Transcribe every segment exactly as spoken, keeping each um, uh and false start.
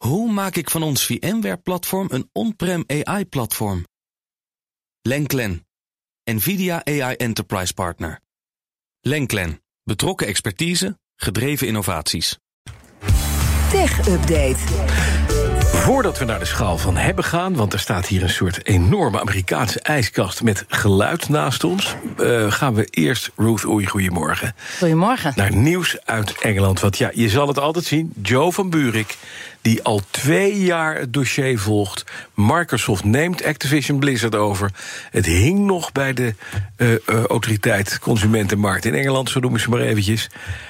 Hoe maak ik van ons VMware-platform een on-prem A I-platform? Lenklen, NVIDIA A I Enterprise Partner. Lenklen, betrokken expertise, gedreven innovaties. Tech Update. Voordat we naar de schaal van hebben gaan, want er staat hier een soort enorme Amerikaanse ijskast met geluid naast ons, uh, gaan we eerst, Ruth Oei, goedemorgen. Goedemorgen. Naar nieuws uit Engeland. Want ja, je zal het altijd zien, Joe van Buurik, die al twee jaar het dossier volgt. Microsoft neemt Activision Blizzard over. Het hing nog bij de uh, uh, autoriteit Consumentenmarkt in Engeland, zo noemen ze maar eventjes.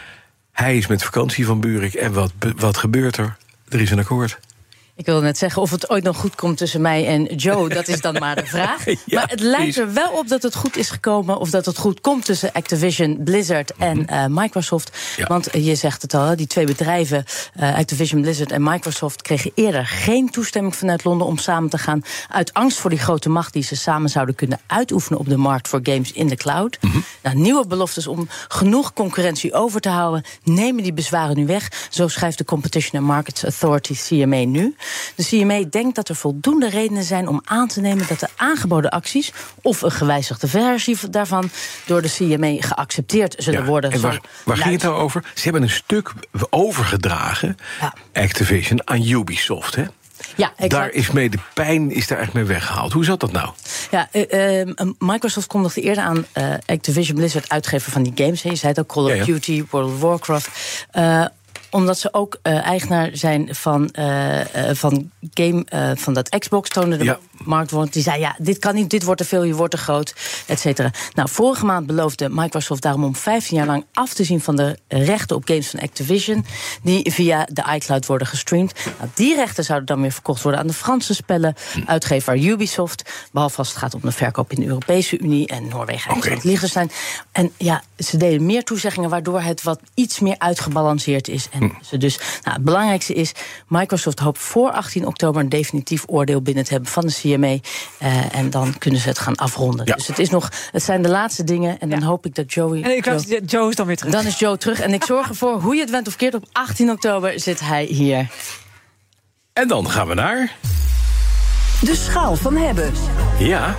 Hij is met vakantie, van Buurik. En wat, wat gebeurt er? Er is een akkoord. Ik wilde net zeggen, of het ooit nog goed komt tussen mij en Joe, dat is dan maar de vraag. Ja, maar het lijkt er wel op dat het goed is gekomen, of dat het goed komt tussen Activision, Blizzard en uh, Microsoft. Ja. Want uh, je zegt het al, die twee bedrijven, uh, Activision, Blizzard en Microsoft, kregen eerder geen toestemming vanuit Londen om samen te gaan, uit angst voor die grote macht die ze samen zouden kunnen uitoefenen op de markt voor games in de cloud. Mm-hmm. Nou, nieuwe beloftes om genoeg concurrentie over te houden, nemen die bezwaren nu weg. Zo schrijft de Competition and Markets Authority, C M A, nu. De C M A denkt dat er voldoende redenen zijn om aan te nemen dat de aangeboden acties, of een gewijzigde versie daarvan, door de C M A geaccepteerd zullen ja, worden. En waar, waar ging het nou over? Ze hebben een stuk overgedragen, ja. Activision, aan Ubisoft, hè? Ja, exact. Daar is mee de pijn is daar echt mee weggehaald. Hoe zat dat nou? Ja, uh, uh, Microsoft kondigde eerder aan uh, Activision Blizzard, uitgever van die games. Hè. Je zei het ook, Call of ja, ja. Duty, World of Warcraft. Uh, omdat ze ook uh, eigenaar zijn van, uh, uh, van game, uh, van dat Xbox, toonde de ja. markt. Want die zei, ja, dit kan niet, dit wordt te veel, je wordt te groot, et cetera. Nou, vorige maand beloofde Microsoft daarom om vijftien jaar lang af te zien van de rechten op games van Activision, die via de iCloud worden gestreamd. Nou, die rechten zouden dan weer verkocht worden aan de Franse spellen, uitgever Ubisoft, behalve als het gaat om de verkoop in de Europese Unie en Noorwegen en okay. Liechtenstein. En ja, ze deden meer toezeggingen, waardoor het wat iets meer uitgebalanceerd is. En Hm. Dus nou, het belangrijkste is, Microsoft hoopt voor achttien oktober een definitief oordeel binnen te hebben van de C M A. Uh, en dan kunnen ze het gaan afronden. Ja. Dus het, is nog, het zijn de laatste dingen. En dan ja. hoop ik dat Joey... En ik Joe, was, Joe is dan weer terug. Dan is Joe terug. En ik zorg ervoor, hoe je het went of keert, op achttien oktober zit hij hier. En dan gaan we naar... de schaal van hebben. Ja.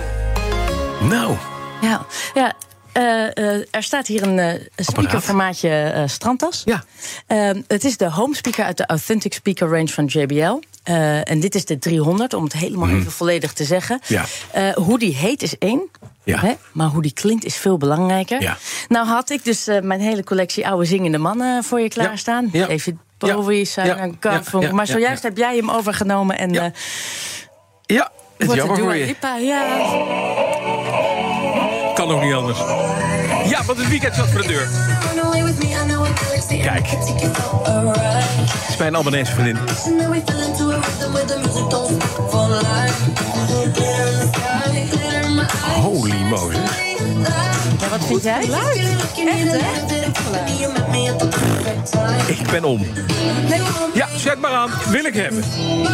Nou. Ja, ja. Uh, uh, er staat hier een uh, speakerformaatje uh, strandtas. Ja. Uh, het is de home speaker uit de Authentic Speaker Range van J B L. Uh, en dit is de driehonderd, om het helemaal mm. even volledig te zeggen. Ja. Uh, hoe die heet is één. Ja. Hè? Maar hoe die klinkt is veel belangrijker. Ja. Nou had ik dus uh, mijn hele collectie oude zingende mannen voor je klaarstaan. Ja. Ja. David Bowie, Simon ja. Garfunkel. Ja. Ja. Maar zojuist ja. heb jij hem overgenomen. En, ja, uh, ja. Het is jammer voor je. Lipa, ja. Kan ook niet anders. Ja, want het weekend zat voor de deur. Kijk. Het is mijn Albanese vriendin. Holy Moses. Ja, wat vind jij? Echt, hè? Ik ben om. Nee. Ja, zet maar aan. Wil ik hebben.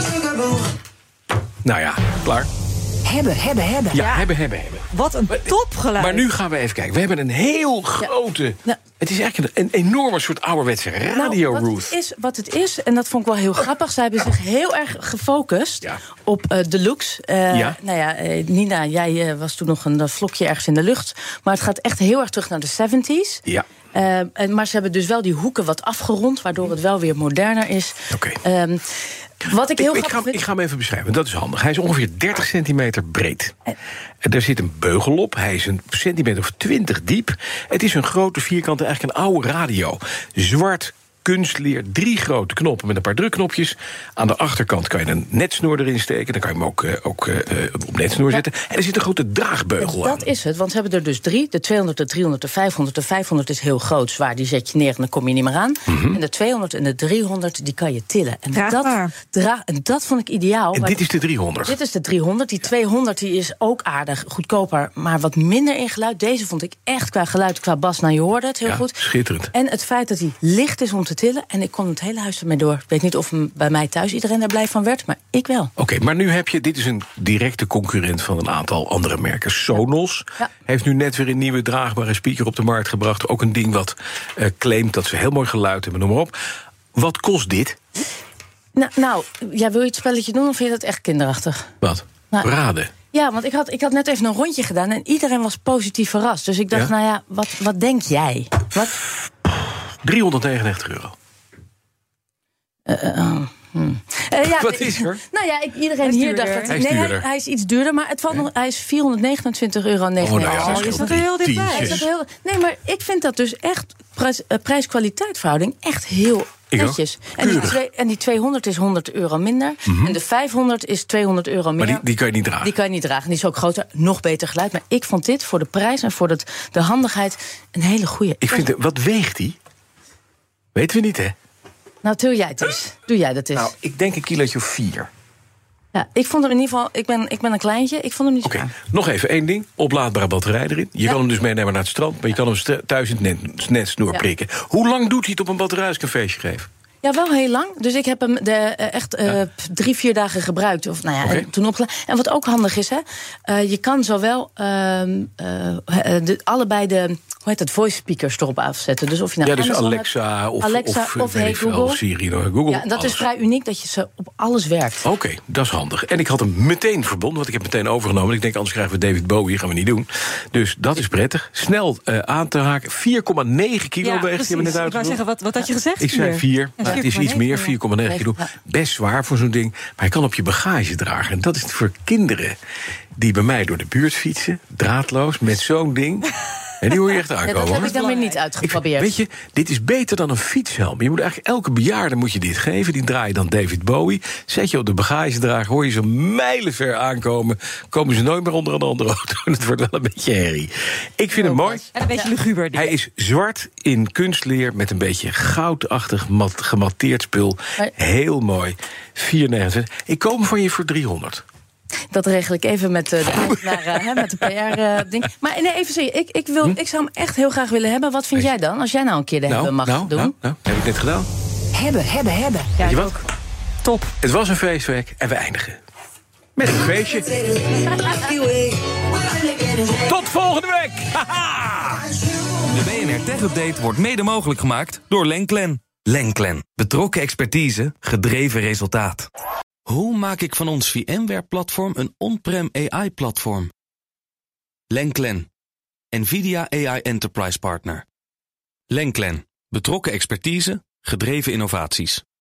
Nou ja, klaar. Hebben, hebben, hebben. Ja, ja, hebben, hebben, hebben. Wat een topgeluid. Maar nu gaan we even kijken. We hebben een heel grote... Ja. Nou, het is eigenlijk een, een enorme soort ouderwetse radio, nou, wat Ruth. Het is, wat het is, en dat vond ik wel heel grappig... zij hebben zich heel erg gefocust ja. op uh, de looks. Uh, ja. Nou ja, uh, Nina, jij uh, was toen nog een vlokje ergens in de lucht. Maar het gaat echt heel erg terug naar de zeventies. Ja. Uh, maar ze hebben dus wel die hoeken wat afgerond... waardoor het wel weer moderner is. Oké. Okay. Um, Wat ik heel ik, ik, ga, vind... ik ga hem even beschrijven, dat is handig. Hij is ongeveer dertig centimeter breed. En daar zit een beugel op. Hij is een centimeter of twintig diep. Het is een grote vierkante, eigenlijk een oude radio. Zwart kunstleer, drie grote knoppen met een paar drukknopjes. Aan de achterkant kan je een netsnoer erin steken. Dan kan je hem ook, uh, ook uh, op netsnoer zetten. Ja. En er zit een grote draagbeugel dat aan. Dat is het, want ze hebben er dus drie. De tweehonderd, de driehonderd, de vijfhonderd. De vijfhonderd is heel groot, zwaar. Die zet je neer en dan kom je niet meer aan. Mm-hmm. En de tweehonderd en de driehonderd, die kan je tillen. En dat, dra- en dat vond ik ideaal. En dit is de driehonderd? Dit is de driehonderd. Die tweehonderd die is ook aardig, goedkoper, maar wat minder in geluid. Deze vond ik echt qua geluid, qua bas, nou je hoorde het heel ja, goed. Schitterend. En het feit dat hij licht is om te tillen. En ik kon het hele huis ermee door. Ik weet niet of bij mij thuis iedereen er blij van werd, maar ik wel. Oké, okay, maar nu heb je, dit is een directe concurrent van een aantal andere merken. Sonos ja. heeft nu net weer een nieuwe draagbare speaker op de markt gebracht. Ook een ding wat uh, claimt dat ze heel mooi geluid hebben, noem maar op. Wat kost dit? Nou, nou ja, wil je het spelletje doen of vind je dat echt kinderachtig? Wat? Nou, Raden. Ja, want ik had, ik had net even een rondje gedaan en iedereen was positief verrast. Dus ik dacht, Ja? nou ja, wat, wat denk jij? Wat? driehonderdnegenennegentig euro. Uh, uh, hmm. uh, ja, Wat is er? Nou ja, ik, iedereen Hij is hier duurder. dacht dat Hij is nee, duurder. hij, hij is iets duurder, maar het valt nog, hij is vierhonderdnegenentwintig euro negenennegentig. Oh, nou ja, dat is scheelt dat heel drie dichtbij? tientjes. Is dat heel, nee, maar ik vind dat dus echt prijs, uh, prijs-kwaliteit verhouding echt heel Ik ook. netjes. En die, Keurig. twee, en die tweehonderd is honderd euro minder. Mm-hmm. En de vijfhonderd is tweehonderd euro meer. Maar die, die kan je niet dragen. Die kan je niet dragen. Die is ook groter, nog beter geluid. Maar ik vond dit voor de prijs en voor de, de handigheid een hele goeie. Ik vind, het- wat weegt die? Weten we niet, hè? Nou, doe jij het eens. Doe jij dat eens. Nou, ik denk een kilootje of vier. Ja, ik vond hem in ieder geval... Ik ben, ik ben een kleintje, ik vond hem niet zo Oké, zwaar. nog even één ding. Oplaadbare batterij erin. Je Ja. kan hem dus meenemen naar het strand... maar je kan hem st- thuis in het net, netsnoer Ja. prikken. Hoe lang doet hij het op een batterij als ik een feestje geef? Ja, wel heel lang. Dus ik heb hem de, uh, echt uh, ja. drie, vier dagen gebruikt. Of, nou ja, Okay. en toen opgeladen. En wat ook handig is, hè, uh, je kan zowel uh, uh, de, allebei de, hoe heet het, voice speakers erop afzetten. Dus of je nou Ja, dus Amazon Alexa hebt, of, Alexa of, of weet hey ik veel, Google. of Siri. Nou, Google Ja, dat alles. is vrij uniek dat je ze op alles werkt. Oké, okay, dat is handig. En ik had hem meteen verbonden, want ik heb meteen overgenomen. Ik denk, anders krijgen we David Bowie, gaan we niet doen. Dus dat is prettig. Snel uh, aan te haken. vier komma negen kilo Ja, weegt precies. hij me net Ik uit. wou zeggen, wat, wat had je gezegd? Ik zei vier, Ja, maar het is iets meer, vier komma negen kilo. Ja. Best zwaar voor zo'n ding, maar je kan op je bagage dragen. En dat is voor kinderen die bij mij door de buurt fietsen, draadloos, met zo'n ding. En die hoor je echt Ja, aankomen. dat heb hoor. ik dan weer niet Ik vind, uitgeprobeerd. weet je, dit is beter dan een fietshelm. Je moet eigenlijk elke bejaarde moet je dit geven. Die draai je dan David Bowie. Zet je op de bagagedrager, hoor je ze mijlenver aankomen. Komen ze nooit meer onder een andere auto. En het wordt wel een beetje herrie. Ik vind hem mooi. En een beetje luguber. Hij is zwart in kunstleer met een beetje goudachtig mat, gematteerd spul. Maar- Heel mooi. vier negenentwintig. Ik koop hem van je voor driehonderd. Dat regel ik even met uh, de eigenaar, uh, met de P R-ding. Uh, maar nee, even serieus, ik, ik, wil, Hm? ik zou hem echt heel graag willen hebben. Wat vind Weet jij dan, als jij nou een keer de Nou, hebben mag nou, doen? nou, nou, heb ik net gedaan. Hebben, hebben, hebben. Ja, Weet je ik wat? ook. Top. Het was een feestweek en we eindigen met een feestje. Tot volgende week! Haha! De B N R Tech Update wordt mede mogelijk gemaakt door Lenklen. Lenklen. Betrokken expertise, gedreven resultaat. Hoe maak ik van ons VMware-platform een on-prem A I-platform? Lenklen. NVIDIA A I Enterprise Partner. Lenklen. Betrokken expertise, gedreven innovaties.